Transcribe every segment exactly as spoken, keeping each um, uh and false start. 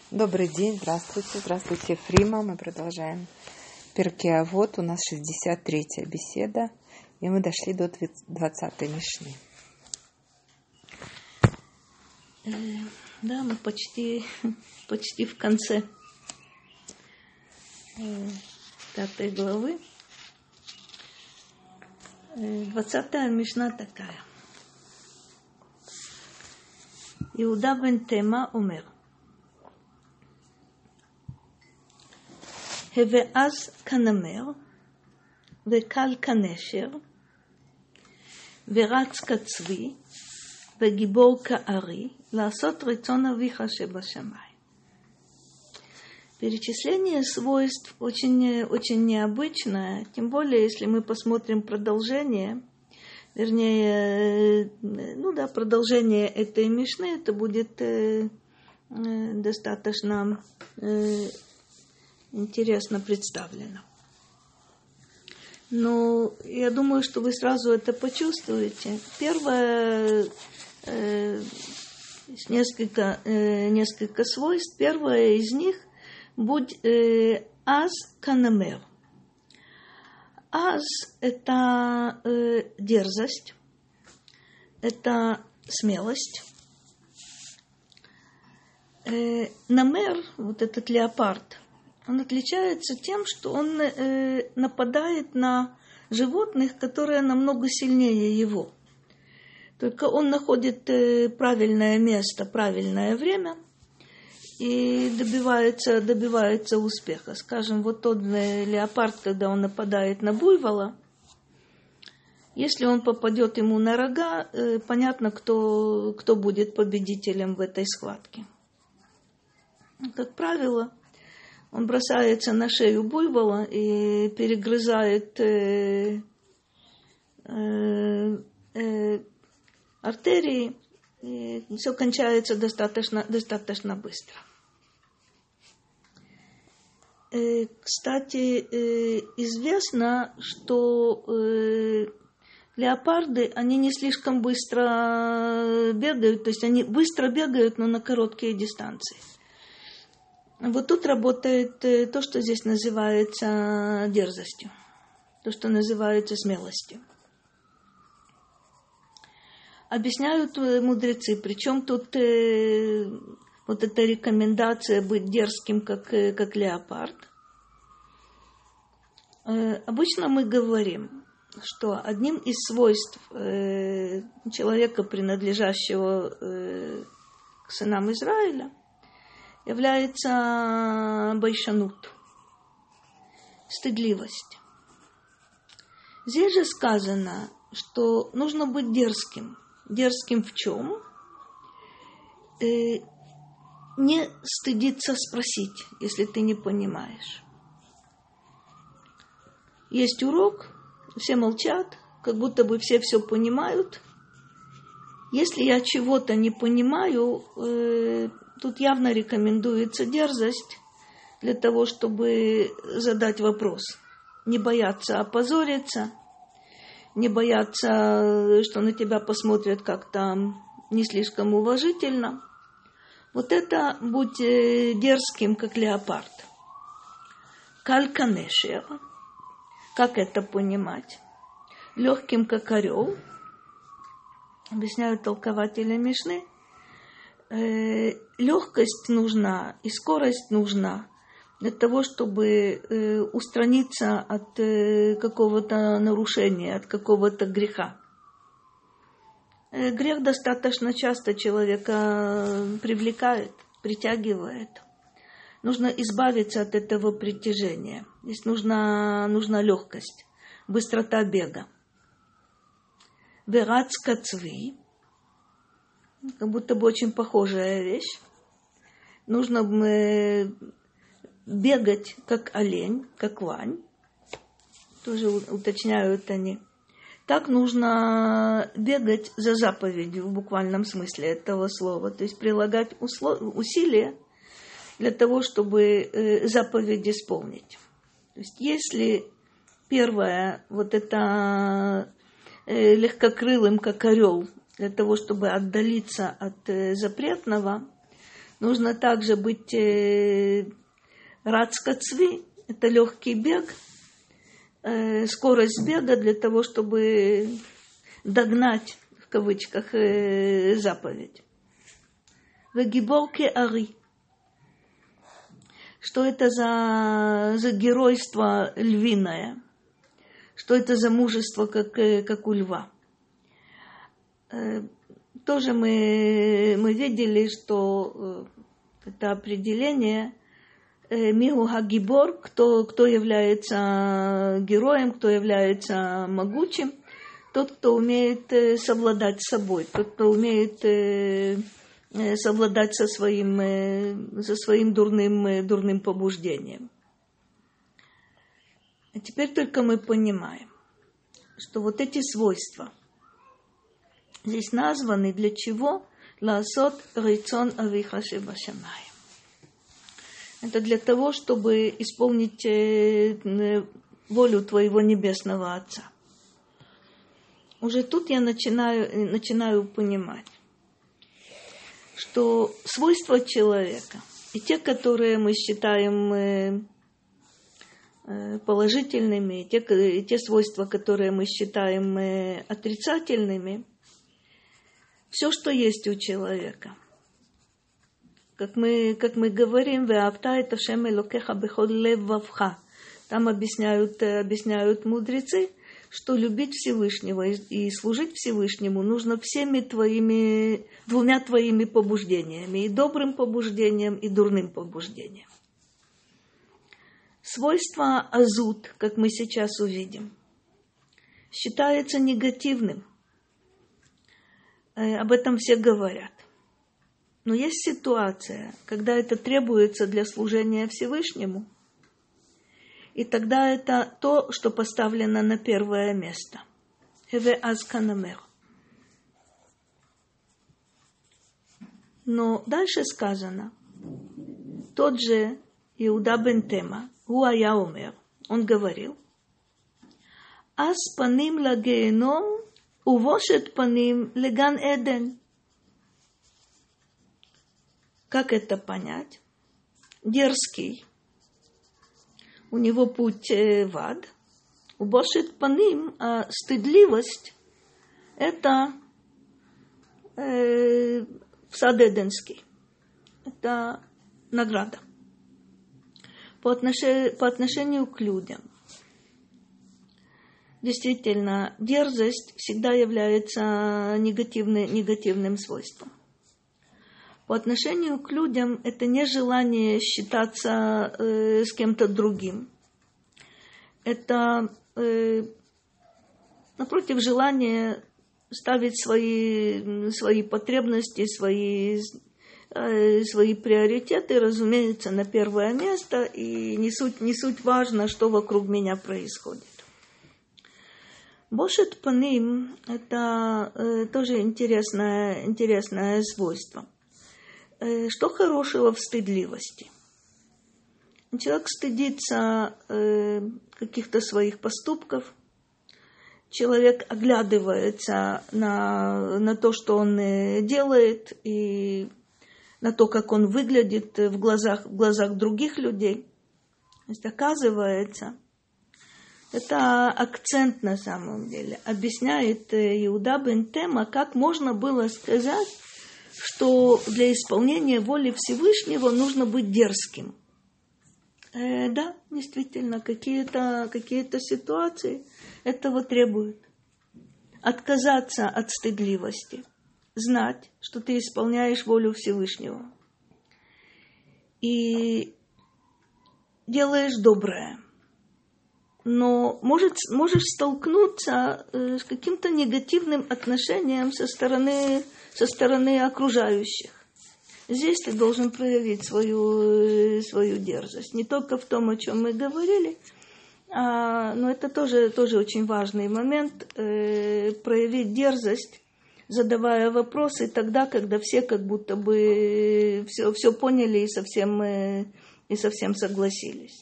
Добрый день, здравствуйте, здравствуйте, Фрима. Мы продолжаем Перкей Авот. У нас шестьдесят третья беседа, и мы дошли до двадцатой Мишны. Да, мы почти, почти в конце пятой главы. Двадцатая Мишна такая. Иуда бен Тема умер. הואז כנמר, וקל כנשר, ורץ כצבי, וגיבור כארי, לעשות רצון אביך שבשמיים. Перечисление свойств очень, очень необычное, тем более, если мы посмотрим продолжение, вернее, ну да, продолжение этой Мишны, это будет э, э, достаточно э, интересно представлено. Но я думаю, что вы сразу это почувствуете. Первое, э, несколько, э, несколько свойств. Первое из них будь э, аз канамер. Аз – это э, дерзость, это смелость. Э, намер, вот этот леопард, он отличается тем, что он э, нападает на животных, которые намного сильнее его. Только он находит э, правильное место, правильное время и добивается, добивается успеха. Скажем, вот тот э, леопард, когда он нападает на буйвола, если он попадет ему на рога, э, понятно, кто, кто будет победителем в этой схватке. Как правило, он бросается на шею буйвола и перегрызает э, э, э, артерии. И все кончается достаточно, достаточно быстро. Э, кстати, э, известно, что э, леопарды, они не слишком быстро бегают, то есть они быстро бегают, но на короткие дистанции. Вот тут работает то, что здесь называется дерзостью, то, что называется смелостью. Объясняют мудрецы, причем тут э, вот эта рекомендация быть дерзким, как, как леопард. Э, обычно мы говорим, что одним из свойств э, человека, принадлежащего э, к сынам Израиля, является байшанут, стыдливость. Здесь же сказано, что нужно быть дерзким. Дерзким в чем? Э, не стыдиться спросить, если ты не понимаешь. Есть урок, все молчат, как будто бы все все понимают. Если я чего-то не понимаю, э, тут явно рекомендуется дерзость для того, чтобы задать вопрос. Не бояться опозориться, не бояться, что на тебя посмотрят как-то не слишком уважительно. Вот это будь дерзким, как леопард. Каль канешер. Как это понимать? Легким, как орел. Объясняют толкователи Мишны. Э, легкость нужна и скорость нужна для того, чтобы э, устраниться от э, какого-то нарушения, от какого-то греха. Э, грех достаточно часто человека привлекает, притягивает. Нужно избавиться от этого притяжения. Здесь нужна, нужна легкость, быстрота бега. Верац кацви. Как будто бы очень похожая вещь. Нужно бегать, как олень, как лань. Тоже уточняют они. Так нужно бегать за заповедью в буквальном смысле этого слова. То есть прилагать усилия для того, чтобы заповедь исполнить. То есть если первое, вот это легкокрылым, как орел, для того, чтобы отдалиться от запретного, Нужно также быть э, рацкацви, это легкий бег, э, скорость бега для того, чтобы догнать, в кавычках, э, заповедь. Вегиборке ари. Что это за, за геройство львиное? Что это за мужество, как, как у льва? Тоже мы, мы видели, что это определение мигу хагибор, кто, кто является героем, кто является могучим, тот, кто умеет совладать с собой, тот, кто умеет совладать со своим, со своим дурным, дурным побуждением. А теперь только мы понимаем, что вот эти свойства здесь названы для чего? Лаасот рейцон авиха шебашамаим. Это для того, чтобы исполнить волю твоего небесного Отца. Уже тут я начинаю, начинаю понимать, что свойства человека, и те, которые мы считаем положительными, и те, и те свойства, которые мы считаем отрицательными, все, что есть у человека. Как мы, как мы говорим, «Веавта Ашем элокеха бехоль лев вавха». Там объясняют, объясняют мудрецы, что любить Всевышнего и служить Всевышнему нужно всеми твоими, двумя твоими побуждениями, и добрым побуждением, и дурным побуждением. Свойство азут, как мы сейчас увидим, считается негативным. Об этом все говорят. Но есть ситуация, когда это требуется для служения Всевышнему, и тогда это то, что поставлено на первое место. Хеве азканамер. Но дальше сказано, тот же Иуда бен Тема, Хуая умер, он говорил, «Ас паним лагеном, увошет паним леган эден». Как это понять? Дерзкий. У него путь в ад. Увошет паним, а стыдливость – это э, в сад Эденский. Это награда. По отношению, по отношению к людям. Действительно, дерзость всегда является негативным, негативным свойством. По отношению к людям это не желание считаться э, с кем-то другим. Это, э, напротив, желание ставить свои, свои потребности, свои, э, свои приоритеты, разумеется, на первое место. И не суть, не суть важно, что вокруг меня происходит. Бошет паним – это э, тоже интересное, интересное свойство. Что хорошего в стыдливости? Человек стыдится э, каких-то своих поступков. Человек оглядывается на, на то, что он делает, и на то, как он выглядит в глазах, в глазах других людей. То есть, оказывается, это акцент на самом деле. Объясняет Иуда бен Тема, как можно было сказать, что для исполнения воли Всевышнего нужно быть дерзким. Э, да, действительно, какие-то, какие-то ситуации этого требуют. Отказаться от стыдливости, знать, что ты исполняешь волю Всевышнего. И делаешь доброе. Но может, можешь столкнуться с каким-то негативным отношением со стороны, со стороны окружающих. Здесь ты должен проявить свою, свою дерзость. Не только в том, о чем мы говорили, а, но это тоже, тоже очень важный момент. Э, проявить дерзость, задавая вопросы тогда, когда все как будто бы все, все поняли и совсем, э, и совсем согласились.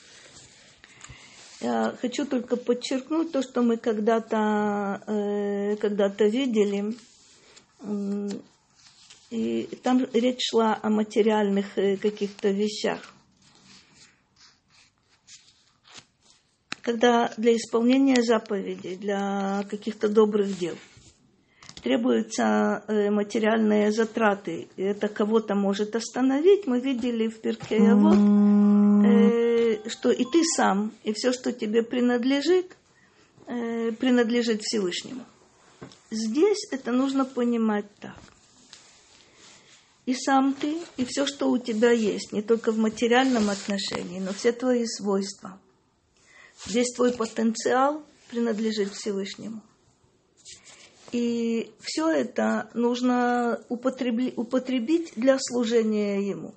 Я хочу только подчеркнуть то, что мы когда-то, э, когда-то видели. И там речь шла о материальных каких-то вещах. Когда для исполнения заповедей, для каких-то добрых дел требуются материальные затраты, и это кого-то может остановить, мы видели в Пиркей Авот, что и ты сам, и все, что тебе принадлежит, принадлежит Всевышнему. Здесь это нужно понимать так. И сам ты, и все, что у тебя есть, не только в материальном отношении, но все твои свойства. Весь твой потенциал принадлежит Всевышнему. И все это нужно употребить для служения Ему.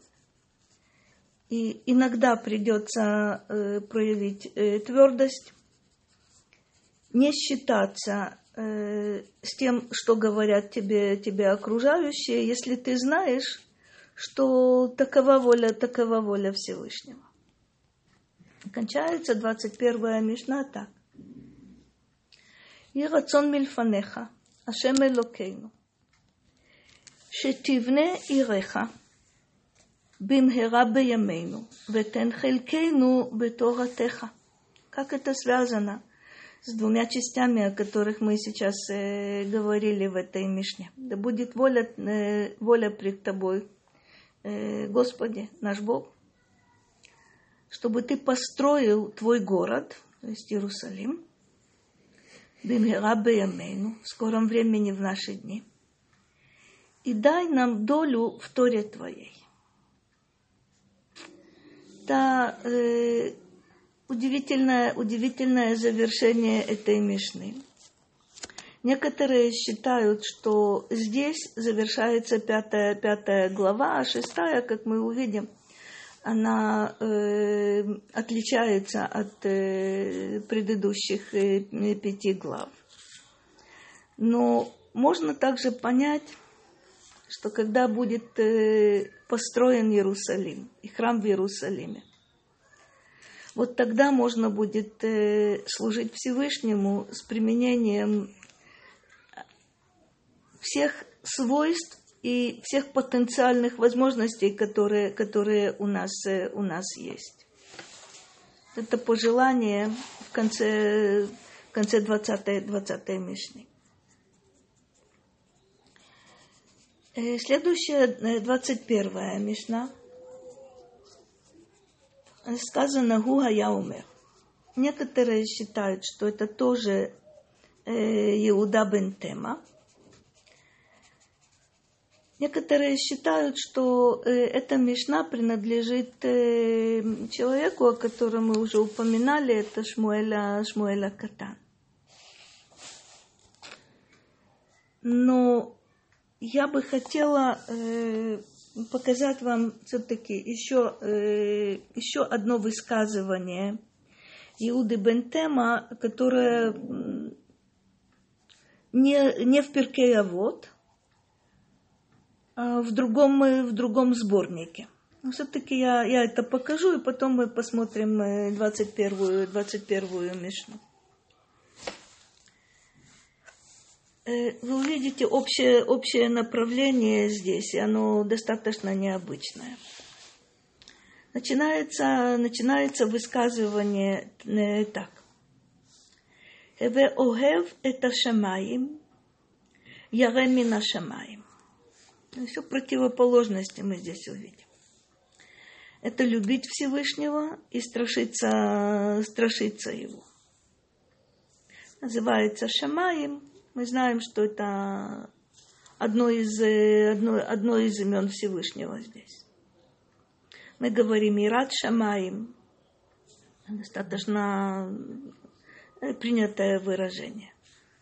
И иногда придется э, проявить э, твердость, не считаться э, с тем, что говорят тебе, тебе окружающие, если ты знаешь, что такова воля, такова воля Всевышнего. Кончается двадцать первая мишна так. И рацон мильфанеха, Ашем Элокейну, шетивне иреха, бимхера беямейну, ветен хелькейну беторатеха. Как это связано с двумя частями, о которых мы сейчас э, говорили в этой мишне? Да будет воля, э, воля пред тобой, э, Господи, наш Бог, чтобы ты построил твой город, то есть Иерусалим, бимхера беямейну, в скором времени в наши дни, и дай нам долю в Торе Твоей. Это э, удивительное, удивительное завершение этой мишны. Некоторые считают, что здесь завершается пятая, пятая глава, а шестая, как мы увидим, она э, отличается от э, предыдущих э, пяти глав. Но можно также понять, что когда будет э, построен Иерусалим и храм в Иерусалиме, вот тогда можно будет э, служить Всевышнему с применением всех свойств и всех потенциальных возможностей, которые, которые у нас, э, у нас есть. Это пожелание в конце, в конце двадцатой, двадцатой мишны. Следующая, двадцать первая мишна. Сказано «Гу хая умер». Некоторые считают, что это тоже Иуда бен Тема. Некоторые считают, что эта мишна принадлежит человеку, о котором мы уже упоминали, это Шмуэля, Шмуэля Катан. Но я бы хотела э, показать вам все-таки еще, э, еще одно высказывание Иуды бен Тема, которое не, не в Пиркей Авот, а в другом, в другом сборнике. Но все-таки я, я это покажу, и потом мы посмотрим двадцать первую, двадцать первую мишну. Вы увидите общее, общее направление здесь, и оно достаточно необычное. Начинается, начинается высказывание э, так. «Эве огев эта шамаим, яре мина шамаим». Все противоположности мы здесь увидим. Это любить Всевышнего и страшиться, страшиться Его. Называется шамаим. Мы знаем, что это одно из, одно, одно из имен Всевышнего здесь. Мы говорим «Ират Шамаим». Достаточно принятое выражение.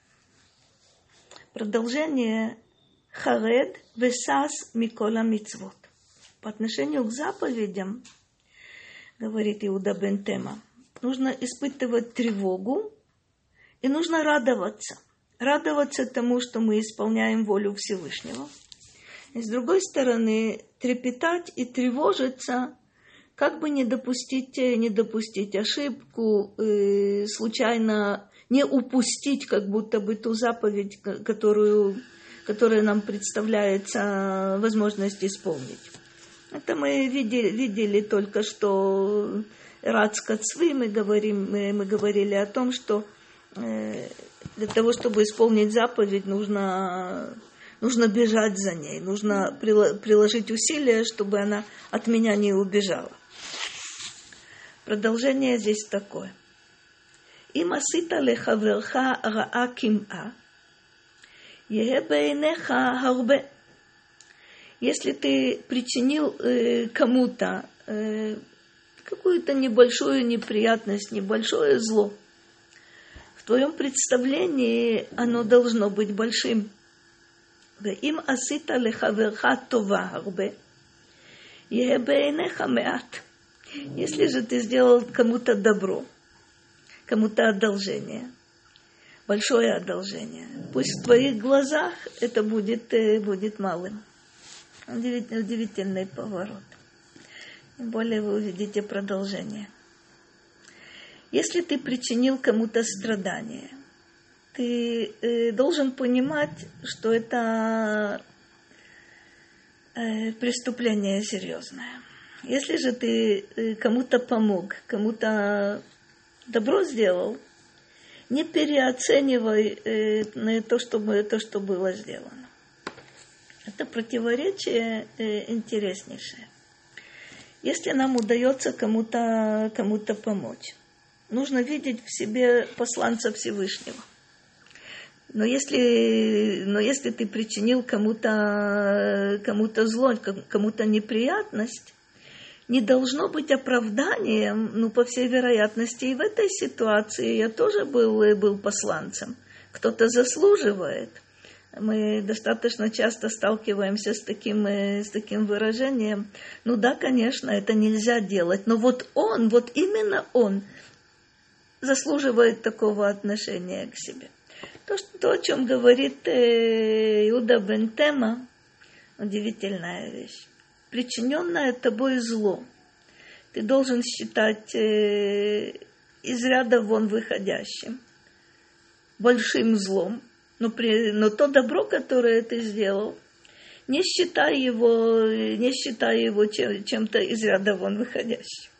Продолжение «Харед весас микола мицвот». По отношению к заповедям, говорит Иуда бен Тема, нужно испытывать тревогу и нужно радоваться. Радоваться тому, что мы исполняем волю Всевышнего. И с другой стороны, трепетать и тревожиться, как бы не допустить, не допустить ошибку, э, случайно не упустить как будто бы ту заповедь, которую которые нам представляется возможность исполнить. Это мы видели, видели только что Раци Кацви, мы, говорим, мы, мы говорили о том, что э, для того, чтобы исполнить заповедь, нужно, нужно бежать за ней, нужно приложить усилия, чтобы она от меня не убежала. Продолжение здесь такое. Им асита лехаверха раа ким'a, еhe бейнеха харбе. Если ты причинил э, кому-то э, какую-то небольшую неприятность, небольшое зло, в твоем представлении оно должно быть большим. Им асита лехаверха това харбе, еhe бейнеха меат. Если же ты сделал кому-то добро, кому-то одолжение, большое одолжение, пусть в твоих глазах это будет, будет малым. Удивительный, удивительный поворот. Тем более вы увидите продолжение. Если ты причинил кому-то страдание, ты э, должен понимать, что это э, преступление серьезное. Если же ты э, кому-то помог, кому-то добро сделал, не переоценивай э, то, что, то, что было сделано. Это противоречие э, интереснейшее. Если нам удается кому-то, кому-то помочь, нужно видеть в себе посланца Всевышнего. Но если, но если ты причинил кому-то, кому-то зло, кому-то неприятность, не должно быть оправданием, ну, по всей вероятности, и в этой ситуации я тоже был, был посланцем. Кто-то заслуживает. Мы достаточно часто сталкиваемся с таким, с таким выражением. Ну да, конечно, это нельзя делать, но вот он, вот именно он заслуживает такого отношения к себе. То, что, то о чем говорит э, Иуда бен Тема, удивительная вещь. Причиненное тобой зло ты должен считать э, из ряда вон выходящим, большим злом, но, при, но то добро, которое ты сделал, не считай его, не считай его чем, чем-то из ряда вон выходящим.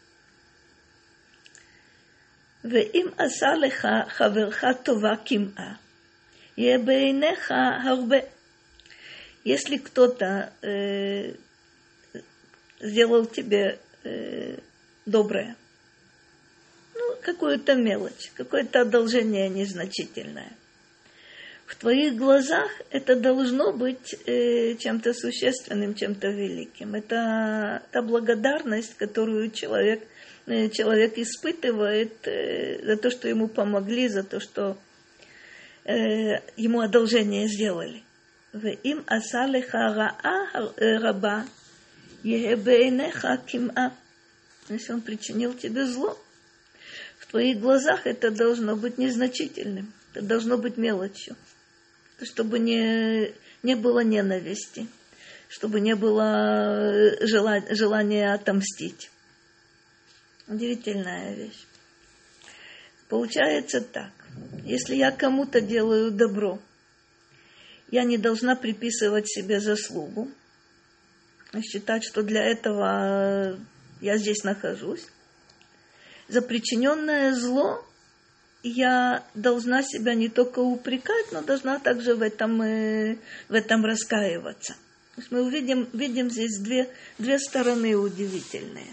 Ве'им аса леха хаверха това ким'a, е бейнеха харбе. Если кто-то э, сделал тебе э, доброе, ну, какую-то мелочь, какое-то одолжение незначительное, в твоих глазах это должно быть э, чем-то существенным, чем-то великим. Это та благодарность, которую человек, э, человек испытывает э, за то, что ему помогли, за то, что э, ему одолжение сделали. Им аса леха раа раба, еhe бейнеха ким'a. Если он причинил тебе зло, в твоих глазах это должно быть незначительным, это должно быть мелочью. Чтобы не, не было ненависти, чтобы не было желания, желания отомстить. Удивительная вещь. Получается так. Если я кому-то делаю добро, я не должна приписывать себе заслугу, считать, что для этого я здесь нахожусь. За причиненное зло я должна себя не только упрекать, но должна также в этом, в этом раскаиваться. То есть мы увидим, видим здесь две, две стороны удивительные.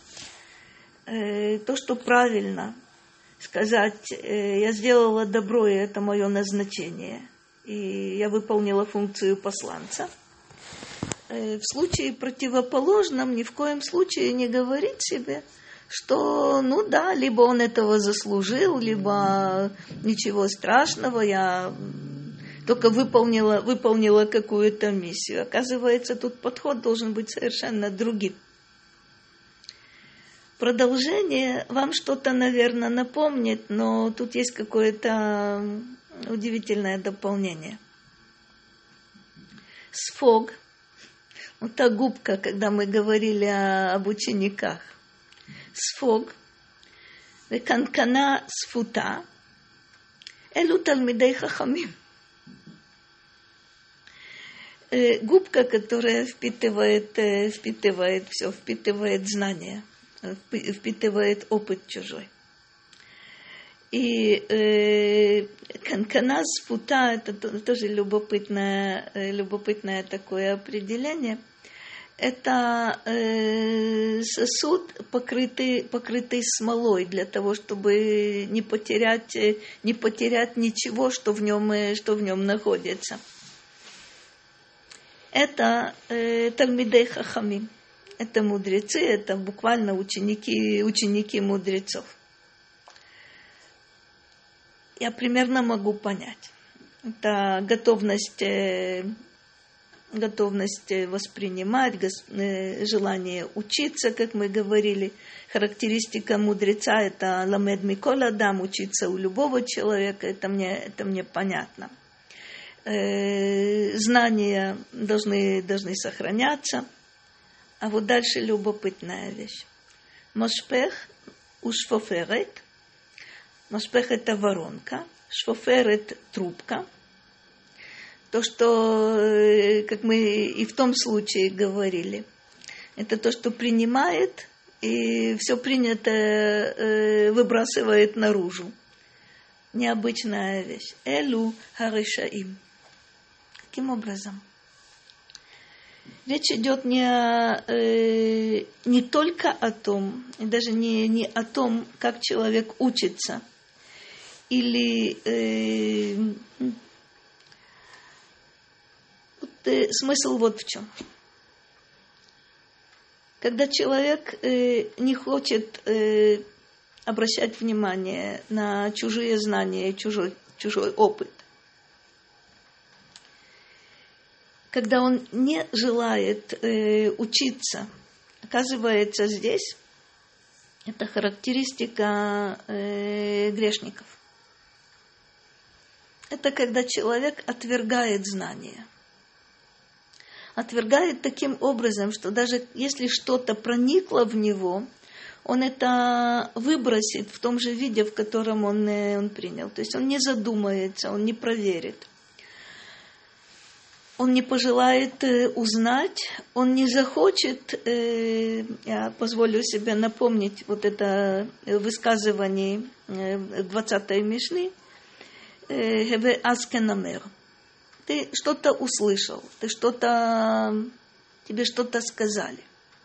То, что правильно сказать, я сделала добро, и это мое назначение, и я выполнила функцию посланца. В случае противоположном ни в коем случае не говорить себе, что, ну да, либо он этого заслужил, либо ничего страшного, я только выполнила, выполнила какую-то миссию. Оказывается, тут подход должен быть совершенно другим. Продолжение вам что-то, наверное, напомнит, но тут есть какое-то удивительное дополнение. Сфог, вот та губка, когда мы говорили о, об учениках. Сфог, וקנקנה שפותה, אלו תלמידי חכמים. э, губка, которая впитывает, э, впитывает все, впитывает знания, впитывает опыт чужой. И э, канканаз фута, это тоже любопытное, любопытное такое определение. Это э, сосуд, покрытый, покрытый смолой, для того, чтобы не потерять, не потерять ничего, что в нем, что в нем находится. Это э, Талмидей Хахамим. Это мудрецы, это буквально ученики, ученики мудрецов. Я примерно могу понять. Это готовность... Э, готовность воспринимать, желание учиться, как мы говорили. Характеристика мудреца – это ламед микол адам, учиться у любого человека, это мне, это мне понятно. Э, знания должны, должны сохраняться. А вот дальше любопытная вещь. Мошпех у шфоферет. Мошпех – это воронка, шфоферет – трубка. То, что, как мы и в том случае говорили, это то, что принимает, и все принятое выбрасывает наружу. Необычная вещь. Элу харишаим. Каким образом? Речь идет не, о, э, не только о том, и даже не, не о том, как человек учится, или... Э, смысл вот в чем. Когда человек э, не хочет э, обращать внимание на чужие знания и чужой, чужой опыт, когда он не желает э, учиться, оказывается, здесь это характеристика э, грешников. Это когда человек отвергает знания. Отвергает таким образом, что даже если что-то проникло в него, он это выбросит в том же виде, в котором он, он принял. То есть он не задумается, он не проверит. Он не пожелает узнать, он не захочет, я позволю себе напомнить вот это высказывание двадцатой Мишны, «Хеве аскенамер». Ты что-то услышал, ты что-то, тебе что-то сказали.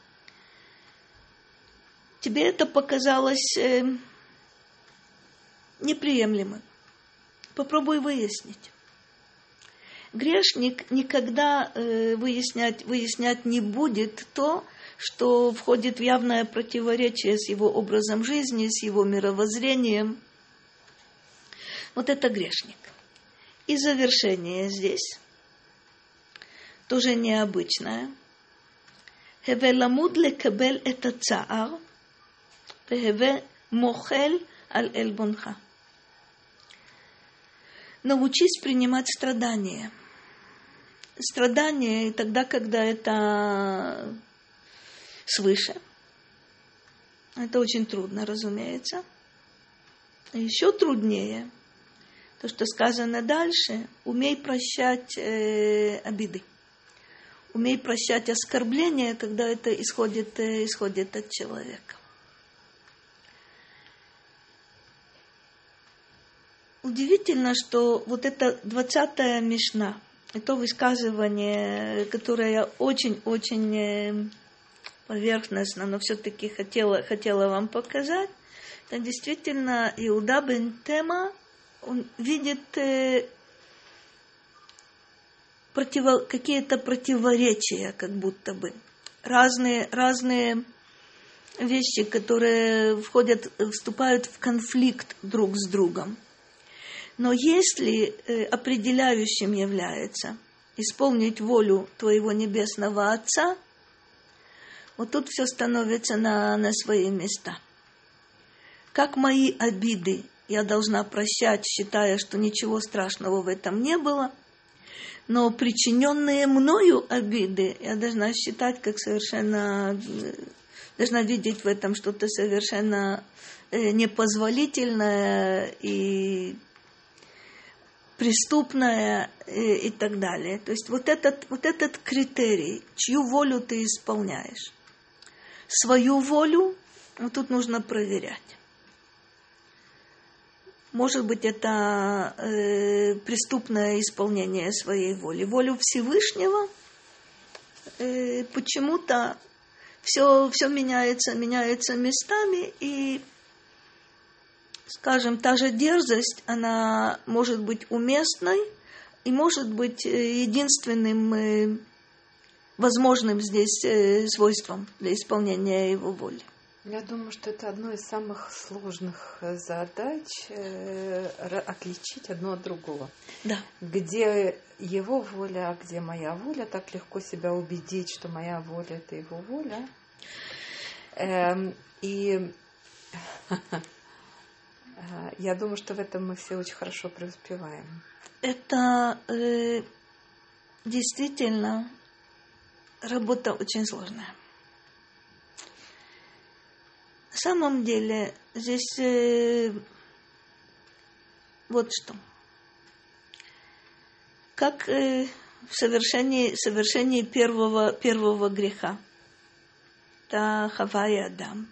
Тебе это показалось э, неприемлемым. Попробуй выяснить. Грешник никогда э, выяснять, выяснять не будет то, что входит в явное противоречие с его образом жизни, с его мировоззрением. Вот это грешник. И завершение здесь тоже необычное. Хеве ламуд лекабель это цаар, хеве мохель аль эльбонха. Научись принимать страдания. Страдания тогда, когда это свыше. Это очень трудно, разумеется. А еще труднее то, что сказано дальше, умей прощать э, обиды. Умей прощать оскорбления, когда это исходит, э, исходит от человека. Удивительно, что вот эта двадцатая Мишна, это высказывание, которое я очень-очень э, поверхностно, но все-таки хотела, хотела вам показать, это действительно Иуда бен Тема, он видит э, противо, какие-то противоречия, как будто бы. Разные, разные вещи, которые входят, вступают в конфликт друг с другом. Но если э, определяющим является исполнить волю твоего небесного Отца, вот тут все становится на, на свои места. Как мои обиды я должна прощать, считая, что ничего страшного в этом не было. Но причиненные мною обиды я должна считать как совершенно... Должна видеть в этом что-то совершенно непозволительное и преступное и, и так далее. То есть вот этот, вот этот критерий, чью волю ты исполняешь. Свою волю, вот тут нужно проверять. Может быть, это э, преступное исполнение своей воли. Волю Всевышнего э, почему-то все, все меняется, меняется местами, и, скажем, та же дерзость, она может быть уместной и может быть единственным э, возможным здесь э, свойством для исполнения его воли. Я думаю, что это одно из самых сложных задач э, отличить одно от другого. Да. Где его воля, а где моя воля, так легко себя убедить, что моя воля – это его воля. Эм, и я думаю, что в этом мы все очень хорошо преуспеваем. Это э, действительно работа очень сложная. На самом деле, здесь э, вот что. Как э, в совершении, совершении первого, первого греха. Это Хава и Адам.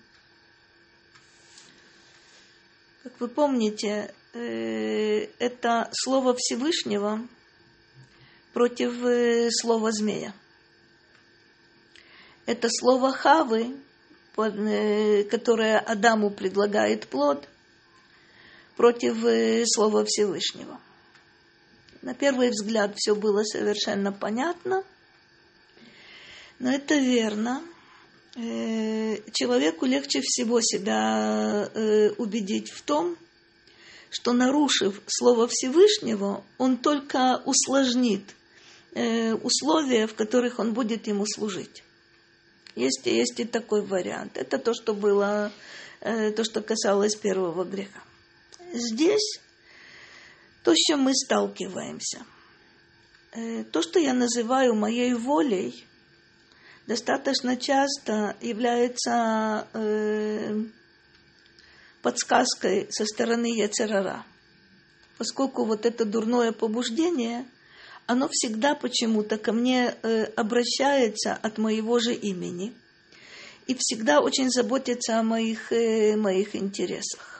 Как вы помните, э, это слово Всевышнего против э, слова змея. Это слово Хавы, которое Адаму предлагает плод, против слова Всевышнего. На первый взгляд все было совершенно понятно, но это верно. Человеку легче всего себя убедить в том, что, нарушив слово Всевышнего, он только усложнит условия, в которых он будет ему служить. Есть, есть и такой вариант. Это то, что было, э, то, что касалось первого греха. Здесь то, с чем мы сталкиваемся. Э, то, что я называю моей волей, достаточно часто является э, подсказкой со стороны йецер ара. Поскольку вот это дурное побуждение, оно всегда почему-то ко мне э, обращается от моего же имени и всегда очень заботится о моих, э, моих интересах.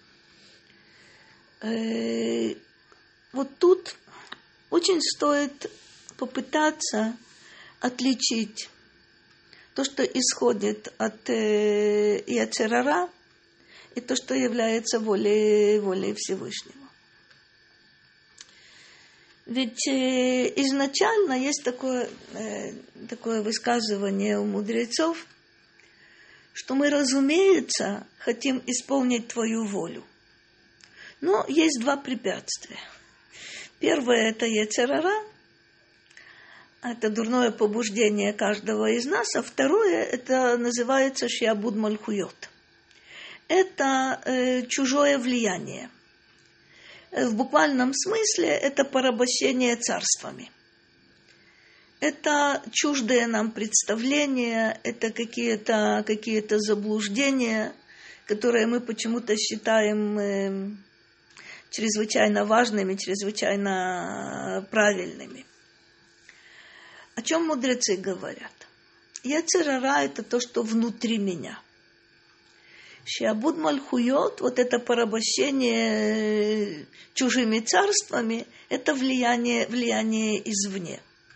Э, вот тут очень стоит попытаться отличить то, что исходит от э, йецер ара, и то, что является волей, волей Всевышнего. Ведь э, изначально есть такое, э, такое высказывание у мудрецов, что мы, разумеется, хотим исполнить твою волю. Но есть два препятствия. Первое – это йецер ара, это дурное побуждение каждого из нас, а второе – это называется шиабуд мальхуйот. Это э, чужое влияние. В буквальном смысле это порабощение царствами. Это чуждые нам представления, это какие-то, какие-то заблуждения, которые мы почему-то считаем э, чрезвычайно важными, чрезвычайно правильными. О чем мудрецы говорят? Йецер ара – это то, что внутри меня. Шиабуд мальхуйот, вот это порабощение чужими царствами, это влияние, влияние извне.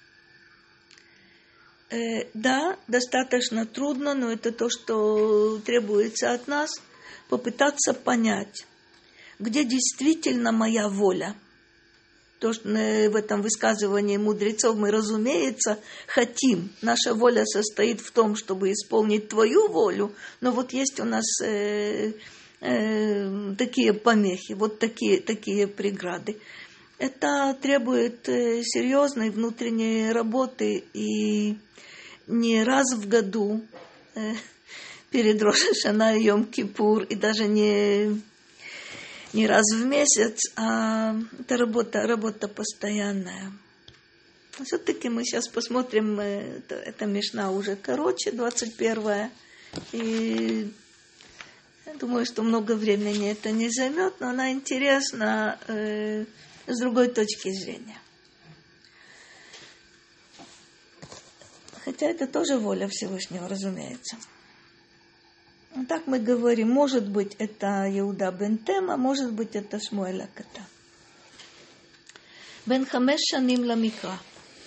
Э, да, достаточно трудно, но это то, что требуется от нас, попытаться понять, где действительно моя воля. То, что в этом высказывании мудрецов мы, разумеется, хотим. Наша воля состоит в том, чтобы исполнить твою волю, но вот есть у нас э, э, такие помехи, вот такие, такие преграды. Это требует э, серьезной внутренней работы, и не раз в году э, перед Рош ха-Шана и Йом-Кипур, и даже не... не раз в месяц, а это работа, работа постоянная. Все-таки мы сейчас посмотрим, это, это Мишна уже короче, двадцать первая, и я думаю, что много времени это не займет, но она интересна э, с другой точки зрения. Хотя это тоже воля Всевышнего, разумеется. Так мы говорим, может быть, это Иуда бен Тема, может быть, это Шмуэль ха-Катан. Бен хамеш шаним ламикра.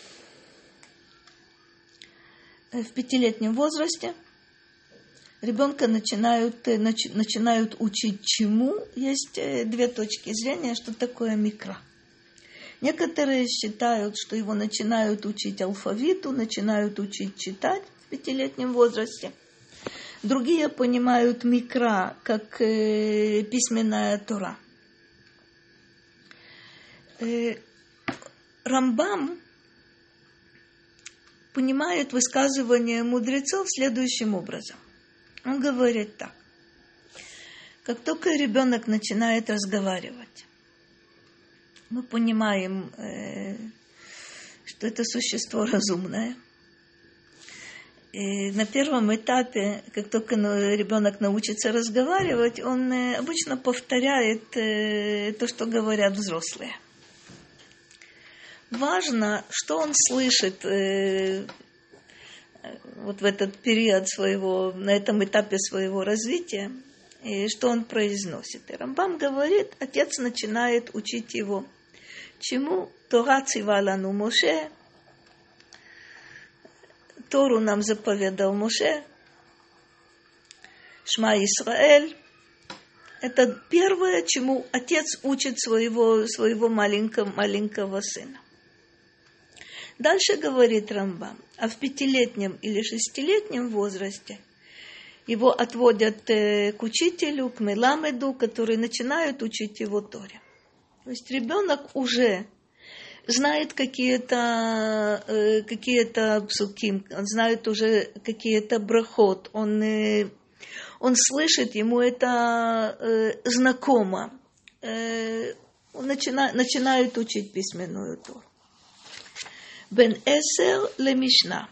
В пятилетнем возрасте ребенка начинают, начи, начинают учить чему. Есть две точки зрения, что такое микра. Некоторые считают, что его начинают учить алфавиту, начинают учить читать в пятилетнем возрасте. Другие понимают микра как э, письменная Тора. Э, Рамбам понимает высказывание мудрецов следующим образом. Он говорит так. Как только ребенок начинает разговаривать, мы понимаем, э, что это существо разумное. И на первом этапе, как только ребенок научится разговаривать, он обычно повторяет то, что говорят взрослые. Важно, что он слышит вот в этот период своего, на этом этапе своего развития, и что он произносит. И Рамбам говорит, отец начинает учить его. Чему? Тора цива лану Моше. Тору нам заповедал Моше, Шма Исраэль. Это первое, чему отец учит своего, своего маленького, маленького сына. Дальше говорит Рамбам, а в пятилетнем или шестилетнем возрасте его отводят к учителю, к меламеду, который начинает учить его Торе. То есть ребенок уже знает какие-то, э, какие-то псуким, он знает уже какие-то брахот, он, э, он слышит, ему это э, знакомо. Э, он начина, начинает учить письменную Тору. Бен эсер ле Мишна.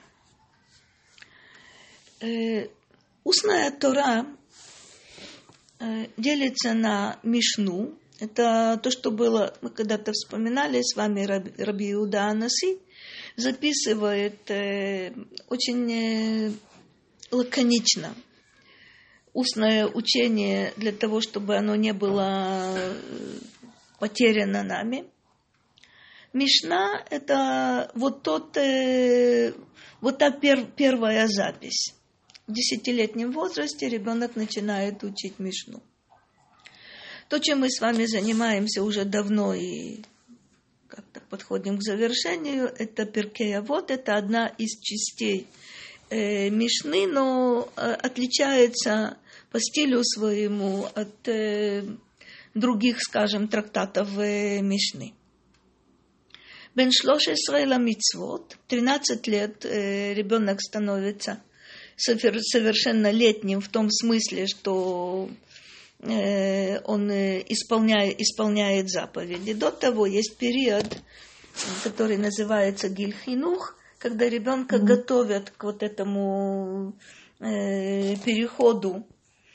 Э, устная Тора э, делится на Мишну. Это то, что было, мы когда-то вспоминали с вами, Раби, Раби Иуда Анаси, записывает э, очень э, лаконично устное учение для того, чтобы оно не было потеряно нами. Мишна – это вот, тот, э, вот та пер, первая запись. В десятилетнем возрасте ребенок начинает учить Мишну. То, чем мы с вами занимаемся уже давно и как-то подходим к завершению, это Перкей Авот, это одна из частей э, Мишны, но э, отличается по стилю своему от э, других, скажем, трактатов э, Мишны. Бен шлош эсрей ла мицвот, тринадцать лет э, ребенок становится совершеннолетним в том смысле, что он исполняет, исполняет заповеди. До того есть период, который называется гиль-хинух, когда ребенка mm-hmm. готовят к вот этому э, переходу.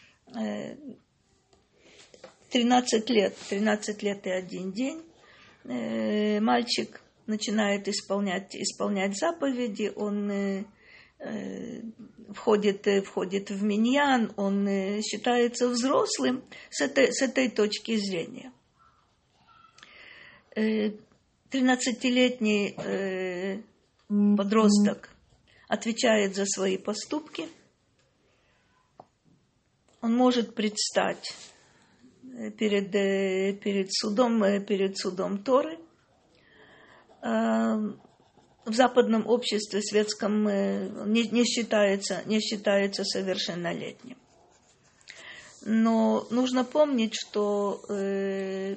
тринадцать лет, тринадцать лет и один день э, мальчик начинает исполнять, исполнять заповеди, он э, Входит, входит в миньян, он считается взрослым с этой, с этой точки зрения. тринадцатилетний подросток отвечает за свои поступки. Он может предстать перед, перед судом, перед судом Торы. В западном обществе светском не, не, считается, не считается совершеннолетним. Но нужно помнить, что э,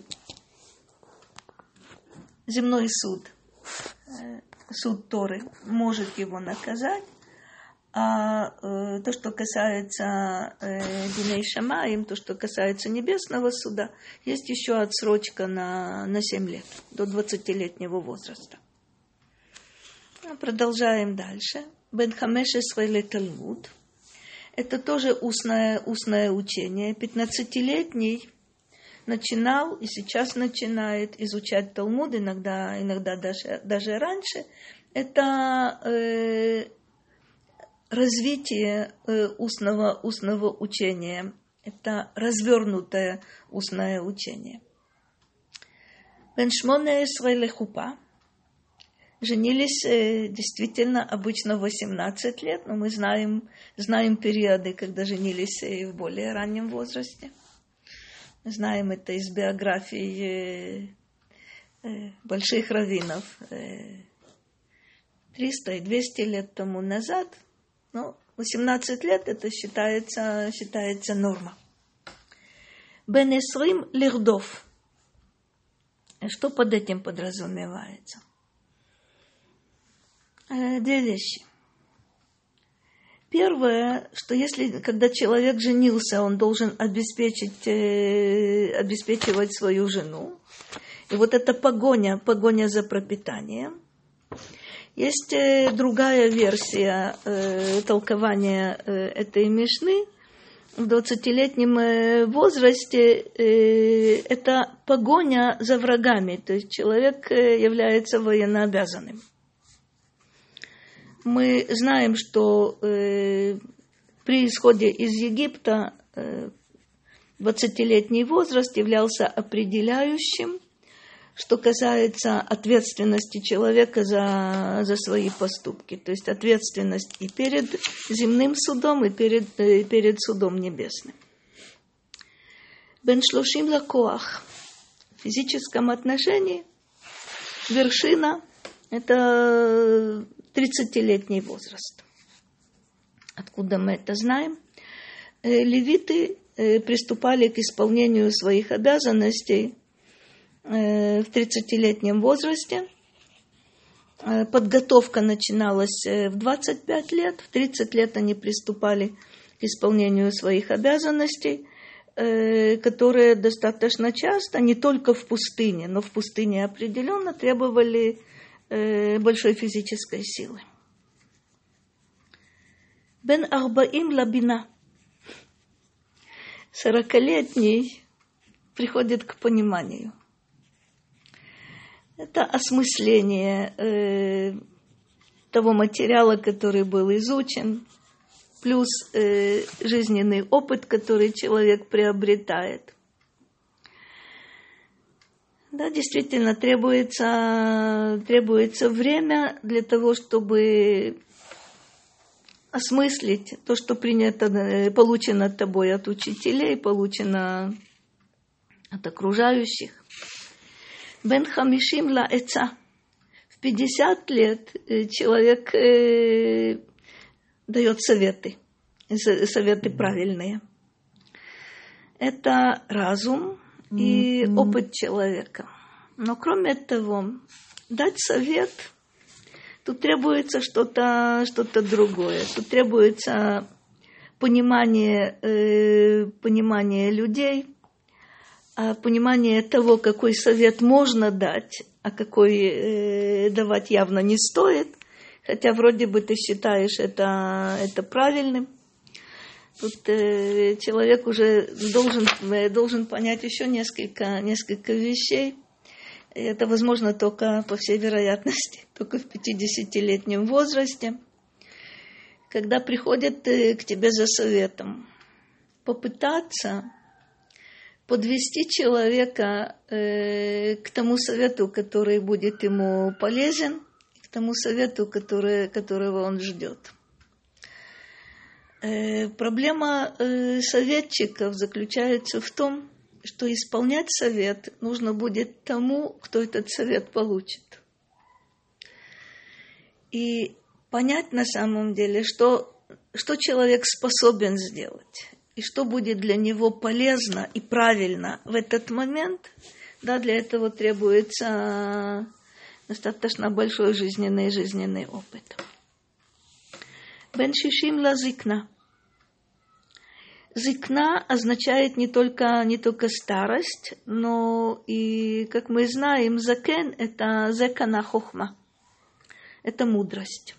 земной суд, э, суд Торы, может его наказать, а э, то, что касается э, Диней Шамаим, то, что касается небесного суда, есть еще отсрочка на, на семь лет, до двадцатилетнего возраста. Продолжаем дальше. Бен хамеш эсрей Талмуд. Это тоже устное, устное учение. пятнадцатилетний начинал и сейчас начинает изучать Талмуд, иногда, иногда даже, даже раньше, это э, развитие э, устного, устного учения, это развернутое устное учение. Бен шмоне эсрей лехупа. Женились э, действительно обычно в восемнадцать лет, но мы знаем, знаем периоды, когда женились э, в более раннем возрасте. Знаем это из биографий э, э, больших раввинов э, триста и двести лет тому назад. Но восемнадцать лет это считается, считается норма. Бен эсрим лирдов. Что под этим подразумевается? Две вещи. Первое, что если, когда человек женился, он должен обеспечить, э, обеспечивать свою жену. И вот эта погоня, погоня за пропитанием. Есть э, другая версия э, толкования э, этой мишны. В двадцатилетнем э, возрасте э, это погоня за врагами. То есть человек э, является военнообязанным. Мы знаем, что э, при исходе из Египта э, двадцатилетний возраст являлся определяющим, что касается ответственности человека за, за свои поступки. То есть ответственность и перед земным судом, и перед, э, перед судом небесным. Бен шлошим лакоах. В физическом отношении вершина – это тридцатилетний возраст. Откуда мы это знаем? Левиты приступали к исполнению своих обязанностей в тридцатилетнем возрасте. Подготовка начиналась в двадцать пять лет. В тридцать лет они приступали к исполнению своих обязанностей, которые достаточно часто, не только в пустыне, но в пустыне определенно требовали большой физической силы. Бен арбаим лабина. Сорокалетний приходит к пониманию. Это осмысление э, того материала, который был изучен, плюс э, жизненный опыт, который человек приобретает. Да, действительно, требуется, требуется время для того, чтобы осмыслить то, что принято, получено тобой от учителей, получено от окружающих. Бен хамишим ла эца. В пятьдесят лет человек э, дает советы, советы правильные. Это разум и mm-hmm. опыт человека. Но кроме того, дать совет, тут требуется что-то, что-то другое. Тут требуется понимание, э, понимание людей, понимание того, какой совет можно дать, а какой э, давать явно не стоит. Хотя вроде бы ты считаешь это, это правильным. Тут э, человек уже должен, э, должен понять еще несколько, несколько вещей. И это возможно только, по всей вероятности, только в пятидесятилетнем возрасте, когда приходят э, к тебе за советом. Попытаться подвести человека э, к тому совету, который будет ему полезен, к тому совету, который, которого он ждет. Проблема советчиков заключается в том, что исполнять совет нужно будет тому, кто этот совет получит. И понять на самом деле, что, что человек способен сделать, и что будет для него полезно и правильно в этот момент, да, для этого требуется достаточно большой жизненный, жизненный опыт. Бен шишим ла зикна. Зикна означает не только, не только старость, но и, как мы знаем, закен – это зекана хохма, это мудрость.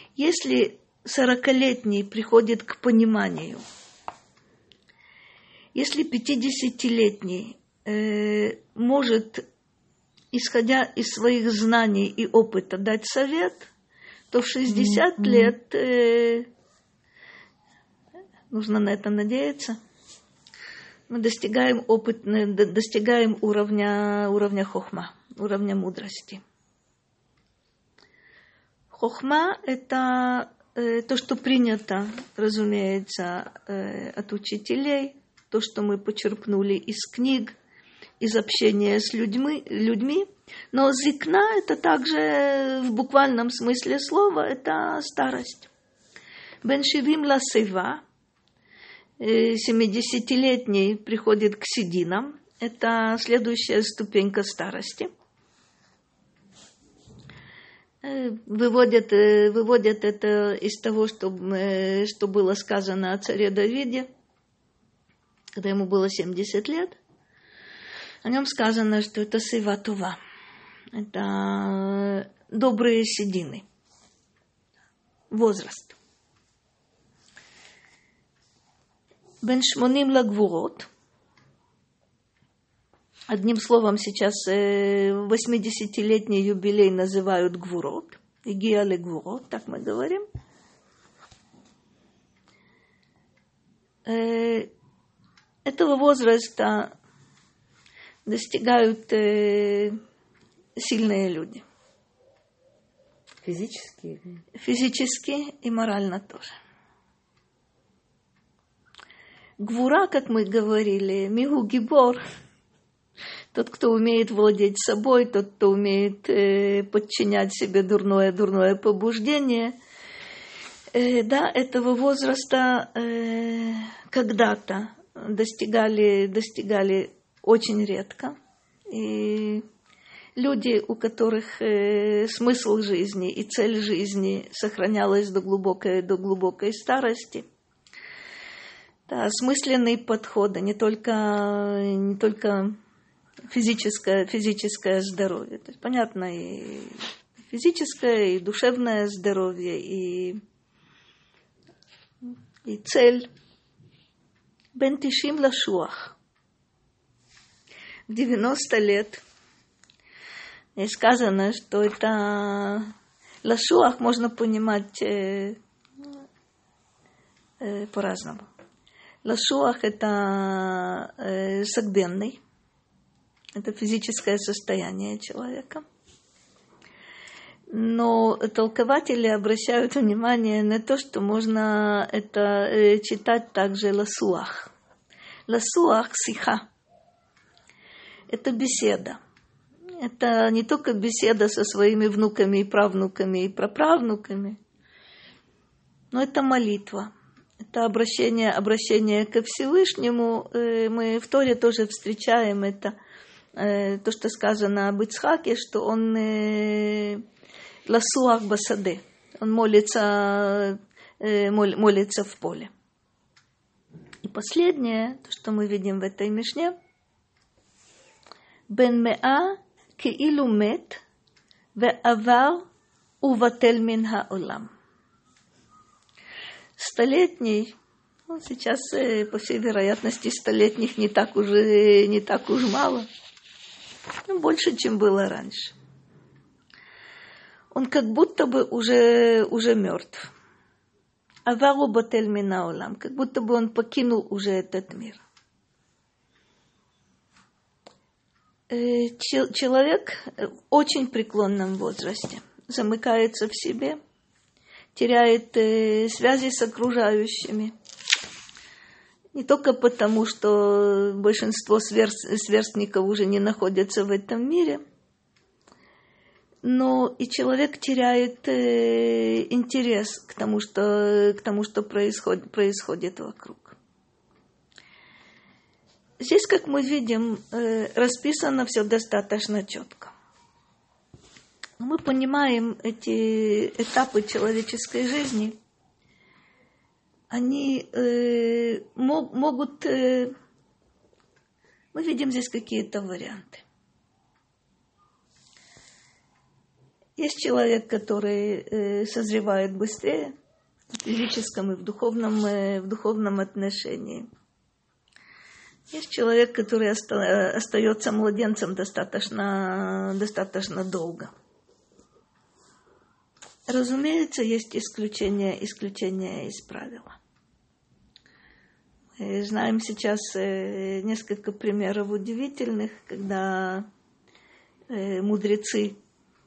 Если сорокалетний приходит к пониманию Если пятидесятилетний э, может, исходя из своих знаний и опыта, дать совет, то в шестьдесят mm-hmm. лет э, нужно на это надеяться. Мы достигаем опыт, достигаем уровня, уровня хохма, уровня мудрости. Хохма – это э, то, что принято, разумеется, э, от учителей, то, что мы почерпнули из книг, из общения с людьми, людьми. Но зикна – это также в буквальном смысле слова, это старость. Бен шивим ла сева, семидесятилетний приходит к сединам, это следующая ступенька старости. Выводят, выводят это из того, что, что было сказано о царе Давиде, когда ему было семьдесят лет. О нем сказано, что это сева това, это добрые седины, возраст. Бен шмоним лагвурот. Одним словом, сейчас восьмидесятилетний юбилей называют гвурот. Игия ле гвурот, так мы говорим. Этого возраста достигают сильные люди. Физически? Физически и морально тоже. Гвура, как мы говорили, мигу гибор. Тот, кто умеет владеть собой, тот, кто умеет э, подчинять себе дурное, дурное побуждение. Э, да, этого возраста э, когда-то достигали, достигали очень редко. И люди, у которых э, смысл жизни и цель жизни сохранялась до глубокой, до глубокой старости, да, осмысленные подходы, не только, не только физическое, физическое здоровье. То есть, понятно, и физическое, и душевное здоровье, и, и цель. Бен тишим лашуах. В девяносто лет. И сказано, что это лашуах можно понимать э, э, по-разному. Лашуах – это э, согбенный, это физическое состояние человека. Но толкователи обращают внимание на то, что можно это э, читать также ласуах. Ласуах – сиха. Это беседа. Это не только беседа со своими внуками и правнуками и праправнуками, но это молитва. Это обращение, обращение ко Всевышнему. Мы в Торе тоже встречаем это, то, что сказано об Ицхаке, что он ласуах басаде, он молится, молится в поле. И последнее, то, что мы видим в этой мишне, бен меа кеилу мет ве'авар увател мин ха'олам. Столетний, ну, сейчас, по всей вероятности, столетних не так уж, не так уж мало, ну, больше, чем было раньше. Он как будто бы уже, уже мертв. Авару батель мина олам, как будто бы он покинул уже этот мир. Человек в очень преклонном возрасте замыкается в себе, теряет э, связи с окружающими. Не только потому, что большинство сверст, сверстников уже не находятся в этом мире, но и человек теряет э, интерес к тому, что, к тому, что происходит, происходит вокруг. Здесь, как мы видим, э, расписано все достаточно четко. Мы понимаем эти этапы человеческой жизни, они э, мог, могут... Э, мы видим здесь какие-то варианты. Есть человек, который э, созревает быстрее в физическом и в духовном, э, в духовном отношении. Есть человек, который оста- остается младенцем достаточно, достаточно долго. Разумеется, есть исключения, исключения из правила. Мы знаем сейчас несколько примеров удивительных, когда мудрецы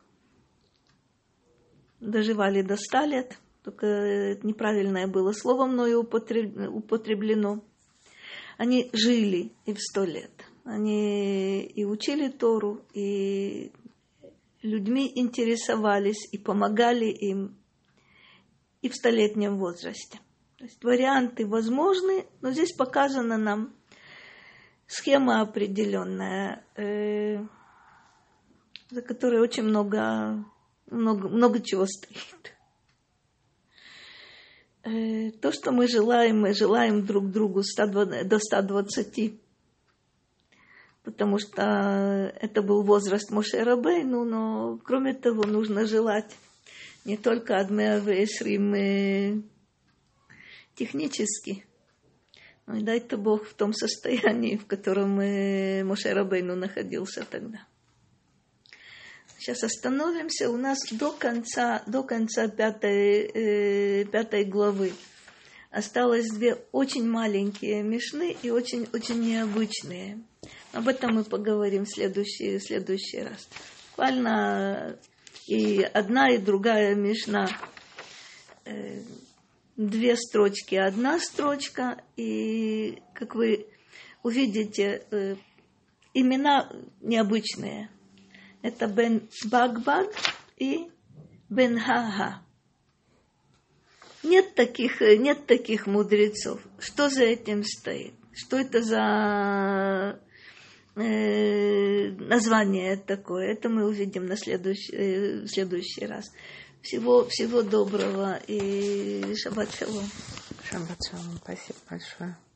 доживали до ста лет, только неправильное было слово мною употреблено. Они жили и в сто лет. Они и учили Тору, и людьми интересовались, и помогали им и в столетнем возрасте. То есть варианты возможны, но здесь показана нам схема определенная, э, за которой очень много, много, много чего стоит. Э, то, что мы желаем, мы желаем друг другу до ста двадцати, потому что это был возраст Моше Рабейну, но кроме того нужно желать не только ад меа веэшрим технически, но и дай-то Бог в том состоянии, в котором Моше Рабейну находился тогда. Сейчас остановимся. У нас до конца, до конца пятой, э, пятой главы осталось две очень маленькие мишны и очень-очень необычные. Об этом мы поговорим в следующий, в следующий раз. Буквально и одна, и другая мишна. Э, две строчки, одна строчка. И, как вы увидите, э, имена необычные. Это Бен Багбаг и Бен Ха-Ха. Нет таких, нет таких мудрецов. Что за этим стоит? Что это за э, название такое? Это мы увидим на следующий, э, в следующий раз. Всего, всего доброго и шаббат шалом. Шаббат шалом. Спасибо большое.